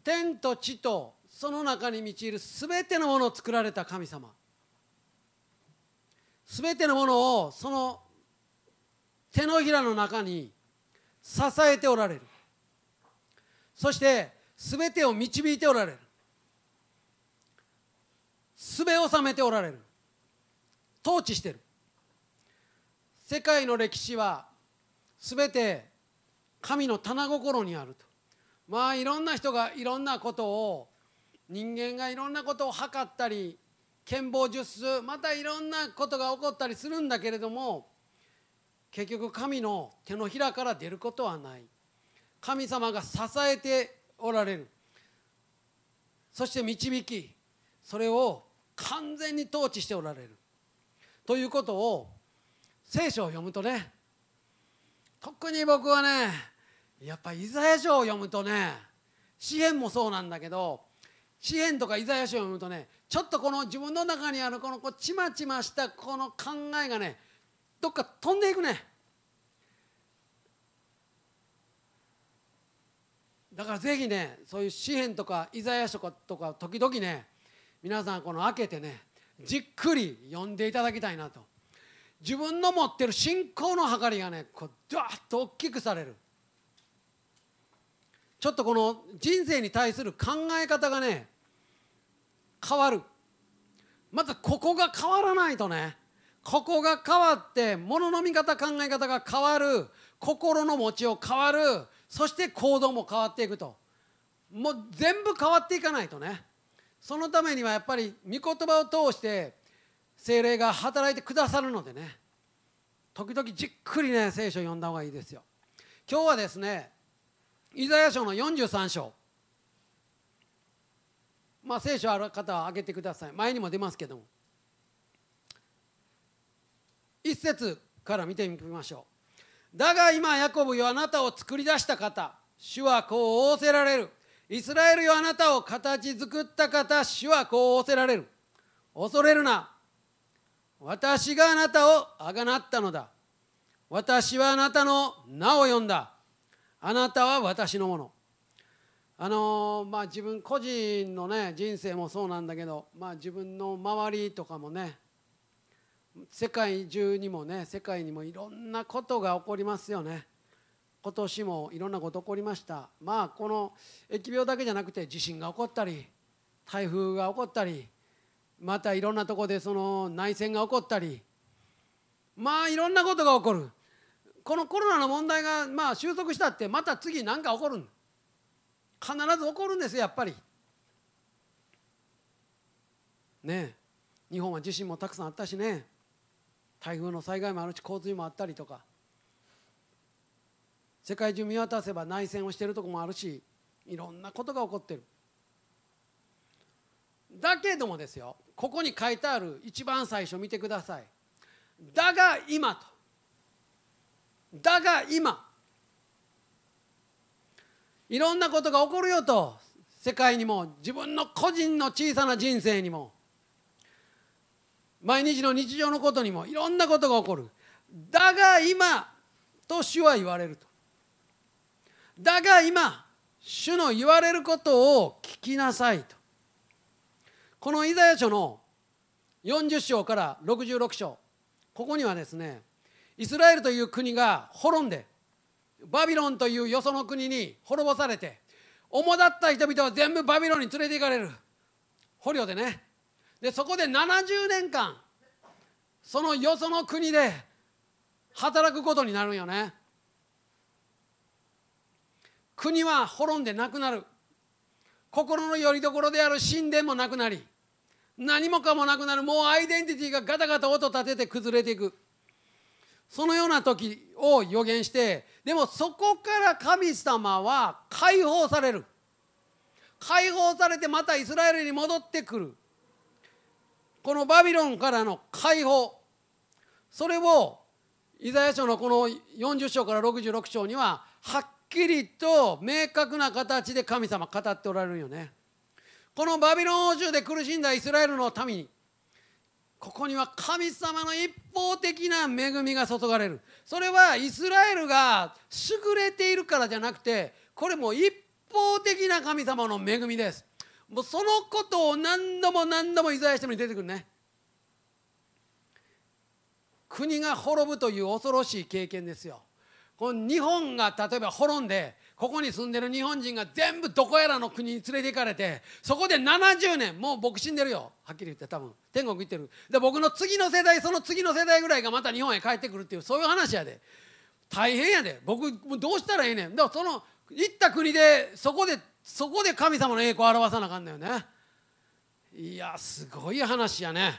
天と地とその中に満ちるすべてのものを作られた神様、すべてのものをその手のひらの中に支えておられる。そしてすべてを導いておられる。すべを治めておられる。統治している。世界の歴史はすべて神の棚心にあると。まあいろんな人がいろんなことを、人間がいろんなことを測ったり、権謀術数、またいろんなことが起こったりするんだけれども、結局神の手のひらから出ることはない。神様が支えておられる。そして導き、それを完全に統治しておられるということを聖書を読むとね、特に僕はね、やっぱりイザヤ書を読むとね、詩篇もそうなんだけど、詩篇とかイザヤ書を読むとね、ちょっとこの自分の中にあるこのちまちましたこの考えがね、どっか飛んでいくね。だからぜひね、そういう詩篇とかイザヤ書とか時々ね、皆さんこの開けてね、じっくり読んでいただきたいなと。自分の持ってる信仰の計りがね、こうドワッと大きくされる。ちょっとこの人生に対する考え方がね、変わる。またここが変わらないとね、ここが変わって物の見方、考え方が変わる、心の持ちよう変わる、そして行動も変わっていくと。もう全部変わっていかないとね。そのためにはやっぱり御言葉を通して聖霊が働いてくださるのでね、時々じっくりね、聖書を読んだ方がいいですよ。今日はですね、イザヤ書の43章。まあ聖書ある方は開けてください。前にも出ますけども。一節から見てみましょう。だが今ヤコブよ、あなたを作り出した方、主はこう仰せられる。イスラエルよ、あなたを形作った方、主はこう仰せられる。恐れるな。私があなたをあがなったのだ。私はあなたの名を呼んだ。あなたは私のもの。自分個人のね、人生もそうなんだけど、自分の周りとかもね、世界中にもね、世界にもいろんなことが起こりますよね。今年もいろんなこと起こりました。この疫病だけじゃなくて地震が起こったり、台風が起こったり、またいろんなところでその内戦が起こったり、いろんなことが起こる。このコロナの問題が収束したって、また次何か起こる。必ず起こるんですよ、やっぱり。ねえ、日本は地震もたくさんあったしね、台風の災害もあるし、洪水もあったりとか、世界中見渡せば内戦をしているところもあるし、いろんなことが起こっている。だけどもですよ、ここに書いてある一番最初見てください。だが今と。だが今。いろんなことが起こるよと。世界にも自分の個人の小さな人生にも、毎日の日常のことにもいろんなことが起こる。だが今と主は言われると。だが今、主の言われることを聞きなさいと。このイザヤ書の40章から66章、ここにはですね、イスラエルという国が滅んで、バビロンというよその国に滅ぼされて、主だった人々は全部バビロンに連れて行かれる。捕虜でね。で、そこで70年間、そのよその国で働くことになるんよね。国は滅んでなくなる。心の拠り所である神殿もなくなり、何もかもなくなる。もうアイデンティティがガタガタ音立てて崩れていく。そのような時を予言して、でもそこから神様は解放される。解放されてまたイスラエルに戻ってくる。このバビロンからの解放、それをイザヤ書のこの40章から66章にははっきりと明確な形で神様語っておられるよね。このバビロン王朝で苦しんだイスラエルの民に、ここには神様の一方的な恵みが注がれる。それはイスラエルが優れているからじゃなくて、これも一方的な神様の恵みです。もうそのことを何度も何度もイザヤ書に出てくるね。国が滅ぶという恐ろしい経験ですよ。この日本が例えば滅んで、ここに住んでる日本人が全部どこやらの国に連れて行かれて、そこで70年、もう僕死んでるよ、はっきり言って。多分天国行ってる。で僕の次の世代、その次の世代ぐらいがまた日本へ帰ってくるっていう、そういう話やで。大変やで。僕どうしたらいいねん。だからその行った国でそこで神様の栄光を表さなあかんのよね。いやすごい話やね。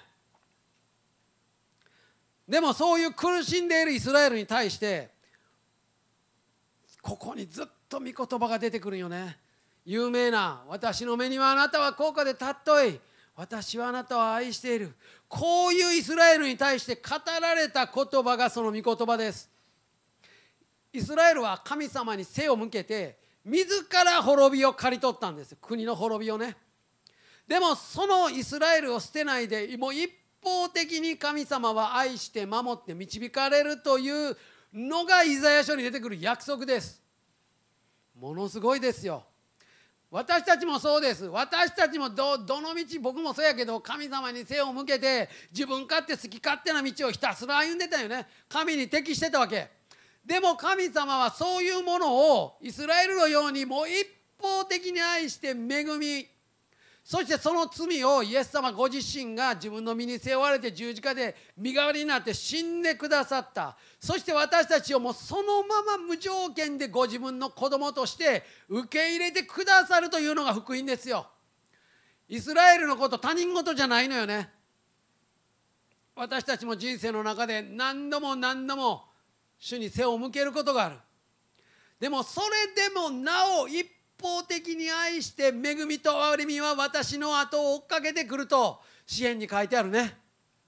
でもそういう苦しんでいるイスラエルに対して、ここにずっと御言葉が出てくるよね。有名な「私の目にはあなたは高価で尊い、私はあなたを愛している」、こういうイスラエルに対して語られた言葉がその御言葉です。イスラエルは神様に背を向けて自ら滅びを刈り取ったんです。国の滅びをね。でもそのイスラエルを捨てないで、もう一方的に神様は愛して守って導かれるというのがイザヤ書に出てくる約束です。ものすごいですよ。私たちもそうです。私たちもどの道、僕もそうやけど、神様に背を向けて自分勝手好き勝手な道をひたすら歩んでたよね。神に適してたわけ。でも神様はそういうものをイスラエルのようにもう一方的に愛して恵み、そしてその罪をイエス様ご自身が自分の身に背負われて十字架で身代わりになって死んでくださった。そして私たちをもうそのまま無条件でご自分の子供として受け入れてくださるというのが福音ですよ。イスラエルのこと他人事じゃないのよね。私たちも人生の中で何度も何度も主に背を向けることがある。でもそれでもなお一方的に愛して恵みと憐れみは私の後を追っかけてくると詩篇に書いてあるね。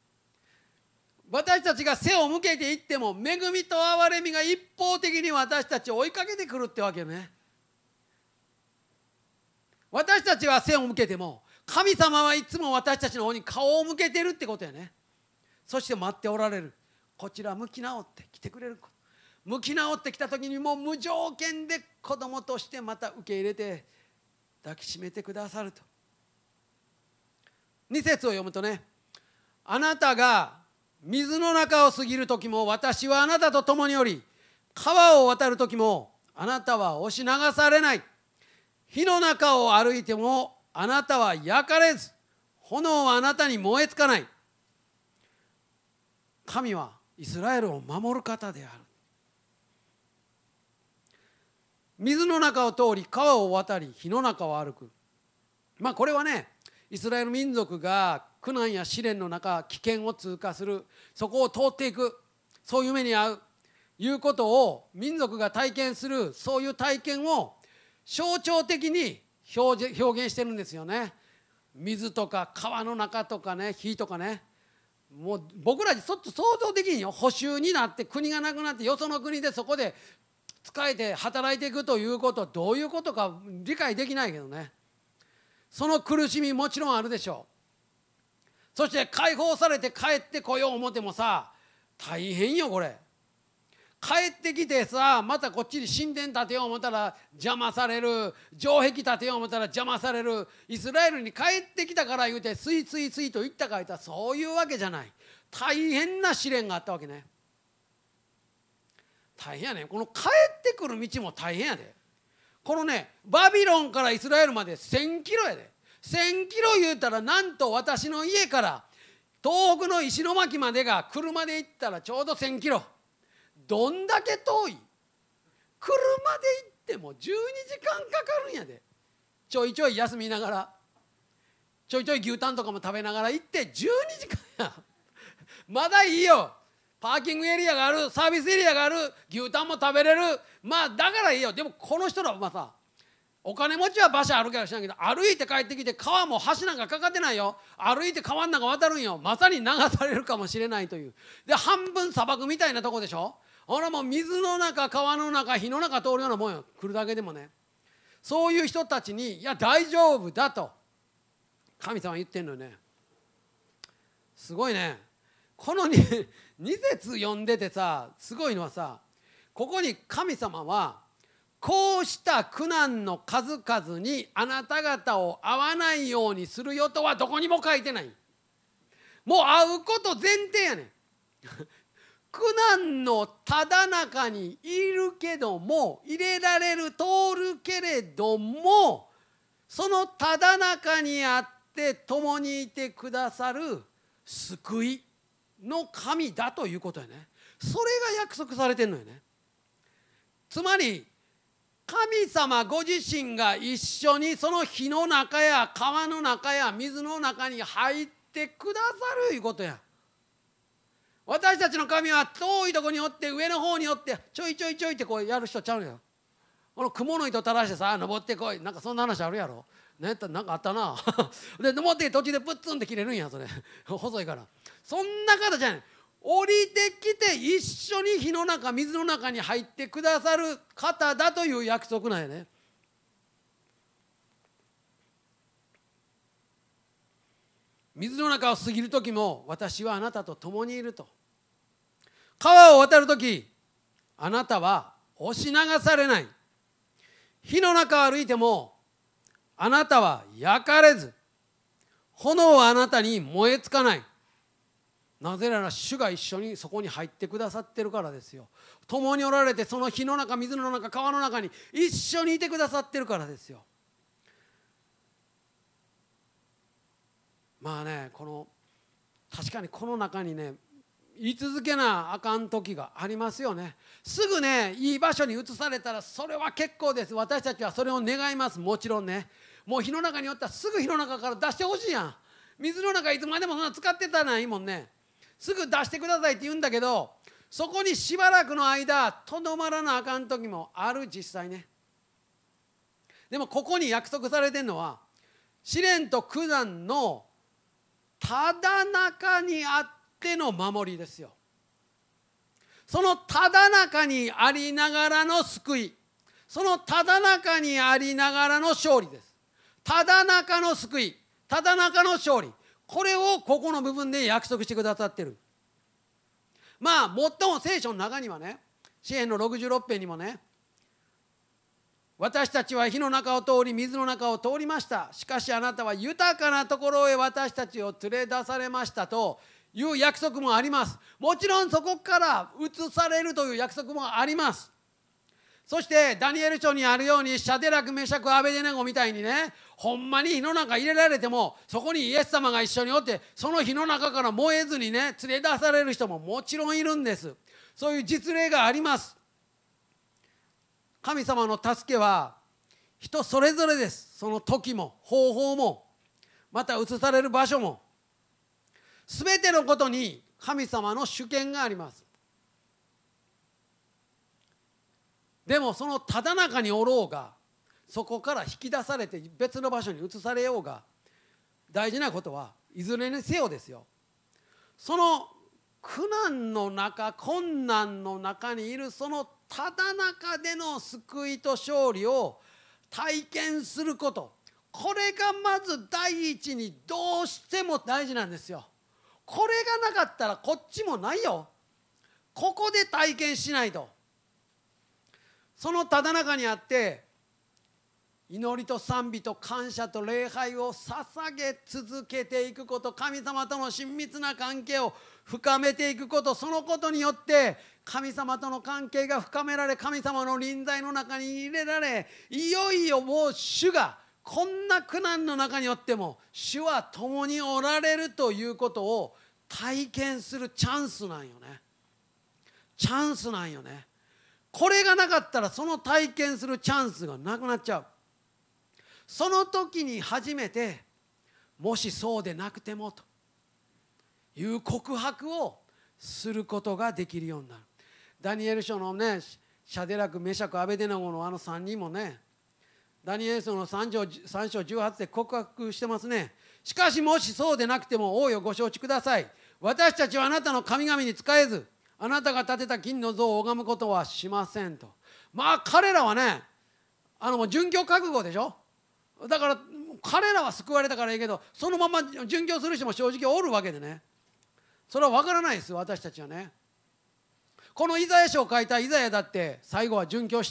私たちが背を向けていっても恵みと憐れみが一方的に私たちを追いかけてくるってわけね。私たちは背を向けても神様はいつも私たちの方に顔を向けてるってことやね。そして待っておられる。こちら向き直って来てくれること。向き直ってきた時にもう無条件で子供としてまた受け入れて抱きしめてくださると。2節を読むとね、あなたが水の中を過ぎる時も私はあなたと共におり、川を渡る時もあなたは押し流されない。火の中を歩いてもあなたは焼かれず、炎はあなたに燃えつかない。神はイスラエルを守る方である。水の中を通り川を渡り火の中を歩く。これはね、イスラエル民族が苦難や試練の中、危険を通過する、そこを通っていく、そういう目に遭ういうことを民族が体験する、そういう体験を象徴的に表現してるんですよね。水とか川の中とかね、火とかね。もう僕らちょっと想像できんよ。捕囚になって国がなくなってよその国でそこで仕えて働いていくということはどういうことか理解できないけどね。その苦しみもちろんあるでしょう。そして解放されて帰ってこよう思ってもさ、大変よこれ。帰ってきてさ、またこっちに神殿建てよう思ったら邪魔される、城壁建てよう思ったら邪魔される。イスラエルに帰ってきたから言うてスイスイスイと言ったか言ったらそういうわけじゃない。大変な試練があったわけね。大変やね。この帰ってくる道も大変やで。このね、バビロンからイスラエルまで1000キロやで。1000キロ言うたら、なんと私の家から東北の石巻までが車で行ったらちょうど1000キロ。どんだけ遠い。車で行っても12時間かかるんやで。ちょいちょい休みながら、ちょいちょい牛タンとかも食べながら行って12時間や。まだいいよ。パーキングエリアがある、サービスエリアがある、牛タンも食べれる。だからいいよ。でもこの人らはさ、お金持ちは馬車歩けばしないけど、歩いて帰ってきて川も橋なんかかかってないよ。歩いて川なんか渡るんよ。まさに流されるかもしれないという。で半分砂漠みたいなとこでしょ。ほらもう水の中、川の中、火の中通るようなもんよ。来るだけでもね。そういう人たちにいや大丈夫だと神様は言ってんのよね。すごいね。この2節読んでてさ、すごいのはさ、ここに神様はこうした苦難の数々にあなた方を会わないようにするよとはどこにも書いてない。もう会うこと前提やねん。苦難のただ中にいるけども、入れられる、通るけれども、そのただ中にあって共にいてくださる救いの神だということやね。それが約束されてるのよね。つまり神様ご自身が一緒にその火の中や川の中や水の中に入ってくださるいうことや。私たちの神は遠いところにおって上の方におってちょいちょいちょいってこうやる人ちゃうのよ。この雲の糸垂らしてさ登ってこい、なんかそんな話あるやろ。なんかあったな。で登って途中でプッツンって切れるんやそれ。細いから。そんな方じゃない。降りてきて一緒に火の中水の中に入ってくださる方だという約束なんやね。水の中を過ぎる時も私はあなたと共にいると。川を渡る時あなたは押し流されない。火の中を歩いてもあなたは焼かれず、炎はあなたに燃え尽かない。なぜなら主が一緒にそこに入ってくださってるからですよ。共におられてその火の中水の中川の中に一緒にいてくださってるからですよ。まあね、確かにこの中にね居続けなあかん時がありますよね。すぐねいい場所に移されたらそれは結構です。私たちはそれを願います。もちろんね、もう火の中におったらすぐ火の中から出してほしいやん。水の中いつまでもそんな使ってたらいいもんね。すぐ出してくださいって言うんだけど、そこにしばらくの間とどまらなあかん時もある、実際ね。でもここに約束されてるのは試練と苦難のただ中にあっての守りですよ。そのただ中にありながらの救い、そのただ中にありながらの勝利です。ただ中の救い、ただ中の勝利、これをここの部分で約束してくださってる。まあ最も聖書の中にはね、詩編の66編にもね、私たちは火の中を通り水の中を通りました。しかしあなたは豊かなところへ私たちを連れ出されましたという約束もあります。もちろんそこから移されるという約束もあります。そしてダニエル書にあるようにシャデラクメシャクアベデネゴみたいにね、ほんまに火の中入れられてもそこにイエス様が一緒におってその火の中から燃えずにね連れ出される人ももちろんいるんです。そういう実例があります。神様の助けは人それぞれです。その時も方法もまた移される場所も全てのことに神様の主権があります。でもそのただ中におろうがそこから引き出されて別の場所に移されようが、大事なことはいずれにせよですよ、その苦難の中困難の中にいるそのただ中での救いと勝利を体験すること、これがまず第一にどうしても大事なんですよ。これがなかったらこっちもないよ。ここで体験しないと。そのただ中にあって祈りと賛美と感謝と礼拝を捧げ続けていくこと、神様との親密な関係を深めていくこと、そのことによって神様との関係が深められ、神様の臨在の中に入れられ、いよいよもう主がこんな苦難の中におっても主は共におられるということを体験するチャンスなんよね。チャンスなんよね。これがなかったらその体験するチャンスがなくなっちゃう。その時に初めてもしそうでなくてもという告白をすることができるようになる。ダニエル書のね、シャデラクメシャクアベデナゴのあの3人もね、ダニエル書の3章18で告白してますね。しかしもしそうでなくても王よご承知ください。私たちはあなたの神々に仕えずあなたが建てた金の像を拝むことはしませんと。まあ彼らはね、もう殉教覚悟でしょ。だから彼らは救われたからいいけど、そのまま殉教する人も正直おるわけでね、それは分からないです。私たちはね、このイザヤ書を書いたイザヤだって最後は殉教したと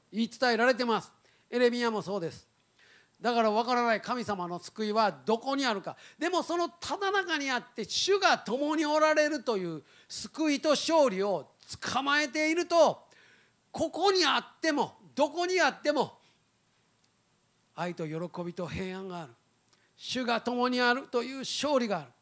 言い伝えられてます。エレミヤもそうです。だから分からない神様の救いはどこにあるか。でもそのただ中にあって主が共におられるという救いと勝利を捕まえていると、ここにあってもどこにあっても愛と喜びと平安がある。主が共にあるという勝利がある。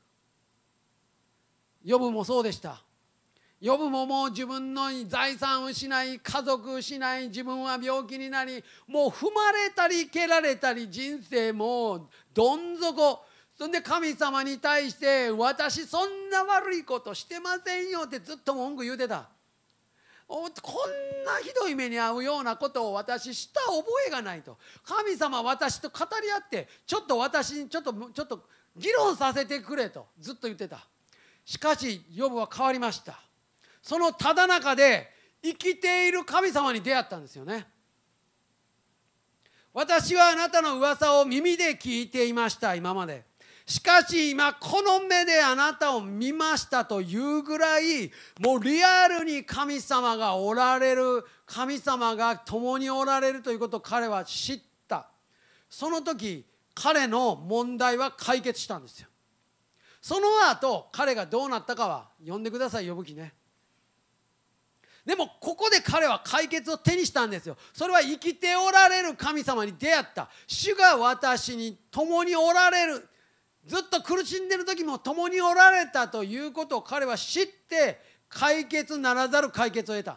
ヨブもそうでした。ヨブももう自分の財産を失い、家族を失い、自分は病気になり、もう踏まれたり蹴られたり、人生もうどん底。そんで神様に対して私そんな悪いことしてませんよってずっと文句言うてた。こんなひどい目に遭うようなことを私した覚えがないと。神様私と語り合ってちょっと私にちょっと議論させてくれとずっと言ってた。しかしヨブは変わりました。そのただ中で生きている神様に出会ったんですよね。私はあなたの噂を耳で聞いていました今まで。しかし今この目であなたを見ましたというぐらい、もうリアルに神様がおられる、神様が共におられるということを彼は知った。その時彼の問題は解決したんですよ。その後彼がどうなったかは読んでください、ヨブ記ね。でもここで彼は解決を手にしたんですよ。それは生きておられる神様に出会った。主が私に共におられる。ずっと苦しんでる時も共におられたということを彼は知って解決ならざる解決を得た。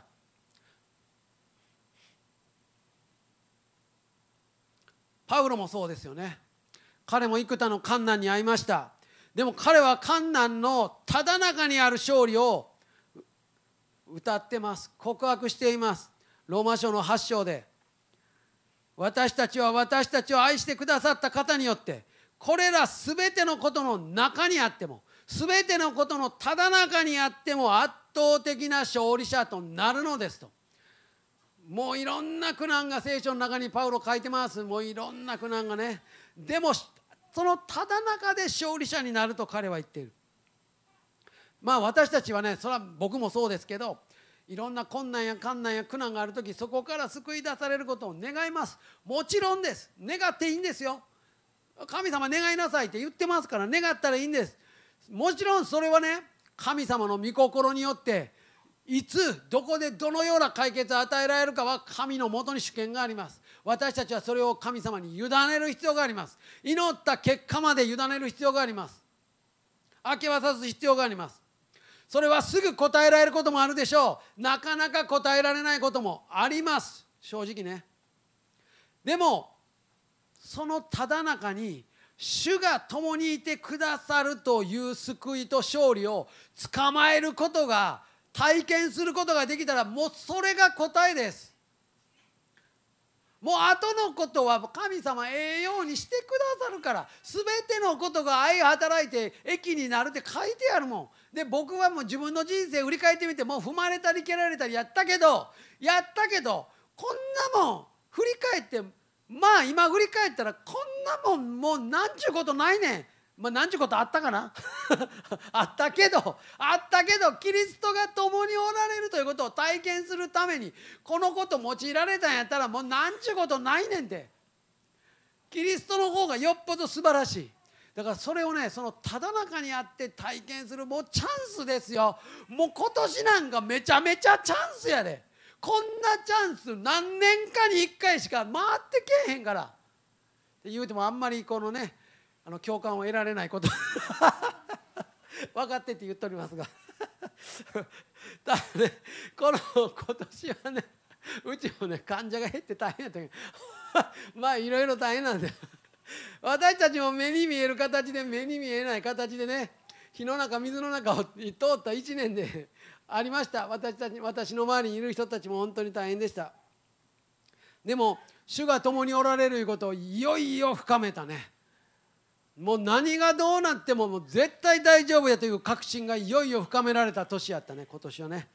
パウロもそうですよね。彼も幾多の患難に遭いました。でも彼は患難のただ中にある勝利を歌ってます。告白しています。ローマ書の8章で、私たちは私たちを愛してくださった方によってこれらすべてのことの中にあっても、すべてのことのただ中にあっても圧倒的な勝利者となるのですと。もういろんな苦難が聖書の中にパウロ書いてます。もういろんな苦難がね。でもそのただ中で勝利者になると彼は言っている。まあ私たちはね、それは僕もそうですけど、いろんな困難や困難や苦難があるとき、そこから救い出されることを願います。もちろんです。願っていいんですよ。神様願いなさいって言ってますから、願ったらいいんです。もちろんそれはね、神様の御心によっていつどこでどのような解決を与えられるかは神のもとに主権があります。私たちはそれを神様に委ねる必要があります。祈った結果まで委ねる必要があります。明け渡す必要があります。それはすぐ答えられることもあるでしょう。なかなか答えられないこともあります。正直ね。でもそのただ中に主が共にいてくださるという救いと勝利を捕まえることが、体験することができたら、もうそれが答えです。もう後のことは神様栄養にしてくださるから、全てのことが愛働いて益になるって書いてあるもん。で僕はもう自分の人生振り返ってみて、もう踏まれたり蹴られたりやったけどこんなもん振り返って、まあ今振り返ったらこんなもんもうなんちゅうことないねん。まあなんちゅうことあったかなあったけどキリストが共におられるということを体験するためにこのこと用いられたんやったら、もうなんちゅうことないねんて。キリストの方がよっぽど素晴らしい。だからそれをね、そのただ中にあって体験する、もうチャンスですよ。もう今年なんかめちゃめちゃチャンスやで。こんなチャンス何年かに1回しか回ってけえへんからって言うても、あんまりこのね共感を得られないこと分かってって言っておりますがただね、今年はね、うちもね患者が減って大変やったけどまあいろいろ大変なんで私たちも目に見える形で目に見えない形でね、火の中水の中を通った1年でありました。私の周りにいる人たちも本当に大変でした。でも主が共におられるということをいよいよ深めたね。もう何がどうなってももう絶対大丈夫やという確信がいよいよ深められた年やったね、今年はね。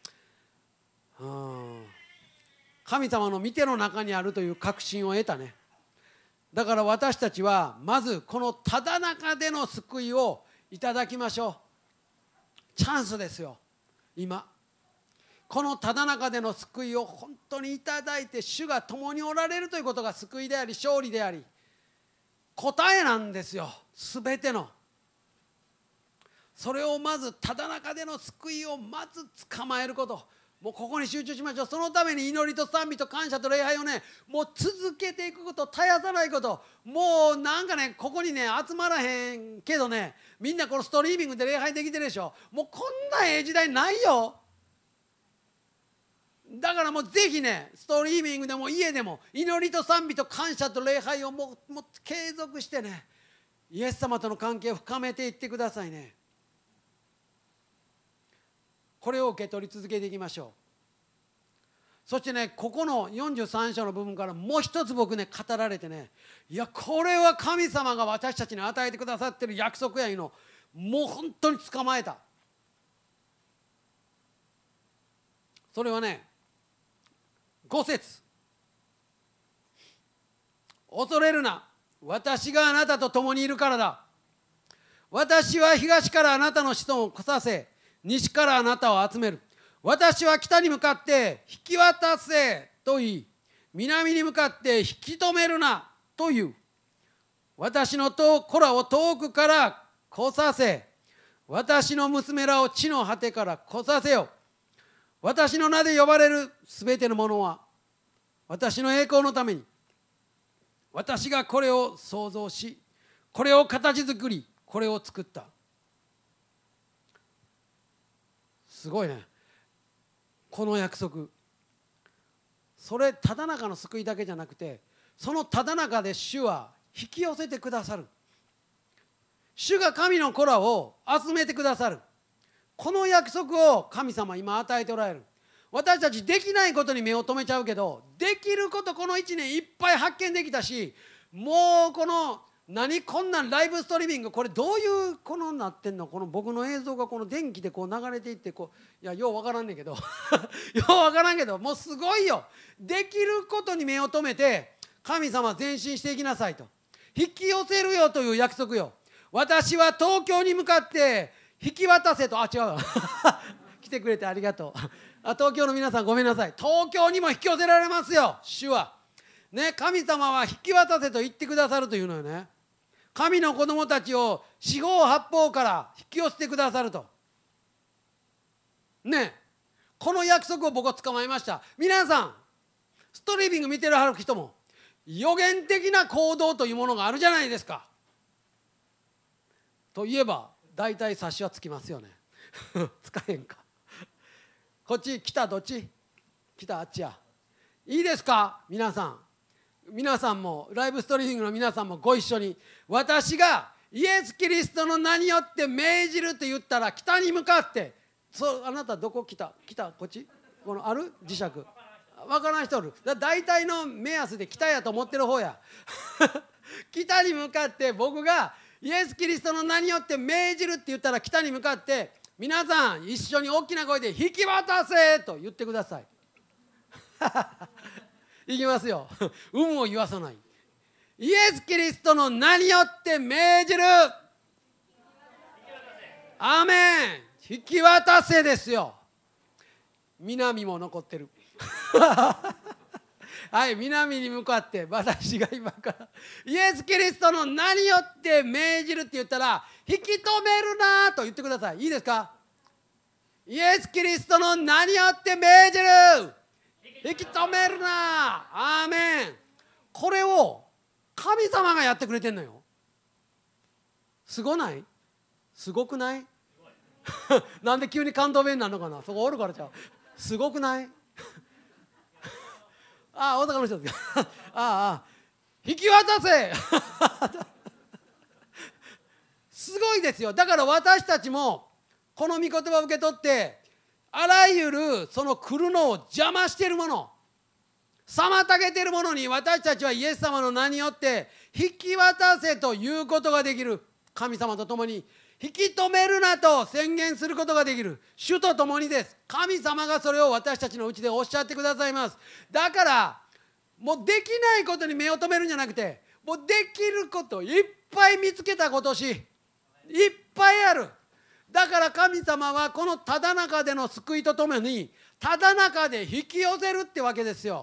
神様の御手の中にあるという確信を得たね。だから私たちはまずこのただ中での救いをいただきましょう。チャンスですよ。今このただ中での救いを本当にいただいて、主が共におられるということが救いであり勝利であり答えなんですよ、すべての。それをまずただ中での救いをまず捕まえること、もうここに集中しましょう。そのために祈りと賛美と感謝と礼拝をね、もう続けていくこと、絶やさないこと。もうなんかね、ここにね集まらへんけどね、みんなこのストリーミングで礼拝できてるでしょ。もうこんな時代ないよ。だからもうぜひね、ストリーミングでも家でも祈りと賛美と感謝と礼拝をもう継続してね、イエス様との関係を深めていってくださいね。これを受け取り続けていきましょう。そしてね、ここの43章の部分からもう一つ僕ね語られてね、いやこれは神様が私たちに与えてくださってる約束やいうのもう本当に捕まえた。それはね、5節、恐れるな、私があなたと共にいるからだ。私は東からあなたの子孫を来させ、西からあなたを集める。私は北に向かって引き渡せと言い、南に向かって引き止めるなと言う。私の子らを遠くから来させ、私の娘らを地の果てから来させよ。私の名で呼ばれるすべてのものは私の栄光のために、私がこれを創造し、これを形作り、これを作った。すごいね、この約束。それただ中の救いだけじゃなくて、そのただ中で主は引き寄せてくださる。主が神の子らを集めてくださる。この約束を神様今与えておられる。私たちできないことに目を留めちゃうけど、できることこの1年いっぱい発見できたし、もうこのこんなんライブストリーミング、これどういうこのなってんの、この僕の映像がこの電気でこう流れていってこう、いやようわからんねんけどようわからんけど、もうすごいよ。できることに目を留めて神様前進していきなさいと、引き寄せるよという約束よ。私は東京に向かって引き渡せと。あ、違う来てくれてありがとう東京の皆さんごめんなさい。東京にも引き寄せられますよ、主はね。神様は引き渡せと言ってくださるというのよね。神の子供たちを四方八方から引き寄せてくださるとね。この約束を僕は捕まえました。皆さんストリーミング見てる人も予言的な行動というものがあるじゃないですか。といえば大体察しはつきますよね使えんか。こっち北どっち、北あっちや。いいですか、皆さんもライブストリーミングの皆さんもご一緒に、私がイエス・キリストの名によって命じるって言ったら北に向かって、あなたどこ北こっち、このある磁石分からん人おる。大体の目安で北やと思ってる方や北に向かって僕がイエス・キリストの名によって命じるって言ったら、北に向かって皆さん一緒に大きな声で引き渡せと言ってくださいいきますよ有無を言わさない。イエス・キリストの名によって命じる。アーメン。引き渡せですよ。南も残ってるはい、南に向かって私が今からイエス・キリストの名によって命じるって言ったら、引き止めるなと言ってください。いいですか。イエス・キリストの名によって命じる、引き止めるな。アーメン。これを神様がやってくれてんのよ。すごない？すごくないなんで急に関東弁になるのかな。そこおるからちゃう。すごくないああ、大阪の人ですかああ、引き渡せすごいですよ。だから私たちもこの御言葉を受け取って、あらゆるその来るのを邪魔しているもの、妨げているものに私たちはイエス様の名によって引き渡せということができる。神様と共に引き止めるなと宣言することができる。主と共にです。神様がそれを私たちのうちでおっしゃってくださいます。だからもうできないことに目を留めるんじゃなくて、もうできることいっぱい見つけた今年いっぱいある。だから神様はこのただ中での救いとともに、 ただ中で引き寄せるってわけですよ。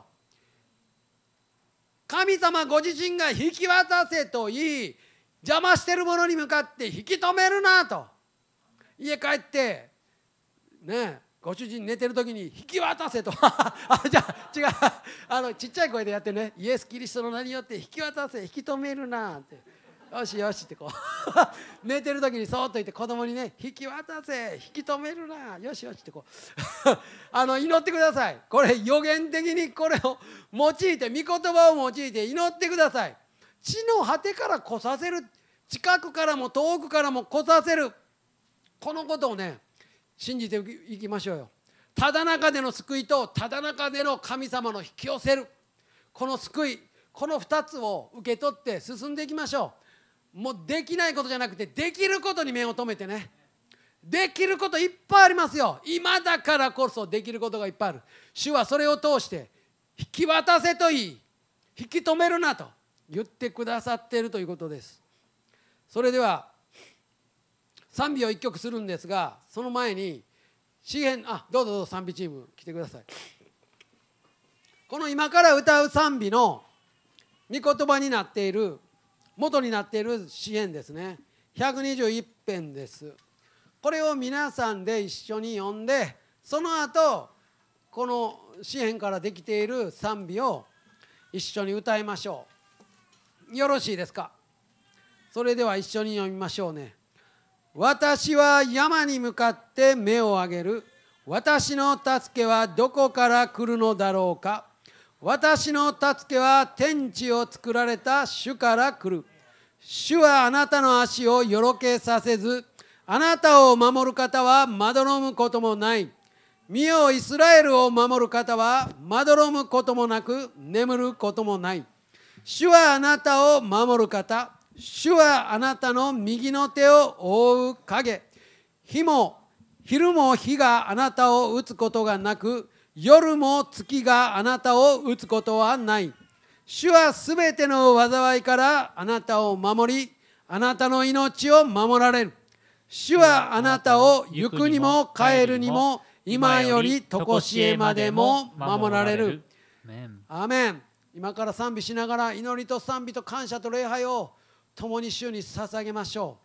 神様ご自身が引き渡せと言い、邪魔してるものに向かって引き止めるなと。家帰ってね、ご主人寝てる時に引き渡せとじゃあ違う、ちっちゃい声でやってね、イエス・キリストの名によって引き渡せ、引き止めるなって、よしよしってこう寝てる時にそーっと言って子供にね、引き渡せ、引き止めるな、よしよしってこう祈ってください。これ予言的にこれを用いて、御言葉を用いて祈ってください。地の果てから来させる、近くからも遠くからも来させる、このことをね信じていきましょうよ。ただ中での救いとただ中での神様の引き寄せる、この救い、この2つを受け取って進んでいきましょう。もうできないことじゃなくて、できることに目を留めてね。できることいっぱいありますよ。今だからこそできることがいっぱいある。主はそれを通して引き渡せといい、引き止めるなと言ってくださっているということです。それでは賛美を一曲するんですが、その前に詩編、どうぞ賛美チーム来てください。この今から歌う賛美の御言葉になっている、元になっている詩編ですね。121編です。これを皆さんで一緒に読んで、その後この詩編からできている賛美を一緒に歌いましょう。よろしいですか。それでは一緒に読みましょうね。私は山に向かって目を上げる。私の助けはどこから来るのだろうか。私の助けは天地を作られた主から来る。主はあなたの足をよろけさせず、あなたを守る方はまどろむこともない。見よ、イスラエルを守る方はまどろむこともなく、眠ることもない。主はあなたを守る方。主はあなたの右の手を覆う影。昼も日があなたを打つことがなく、夜も月があなたを打つことはない。主はすべての災いからあなたを守り、あなたの命を守られる。主はあなたを行くにも帰るにも、今より常しえまでも守られる。アーメン。今から賛美しながら、祈りと賛美と感謝と礼拝を共に主に捧げましょ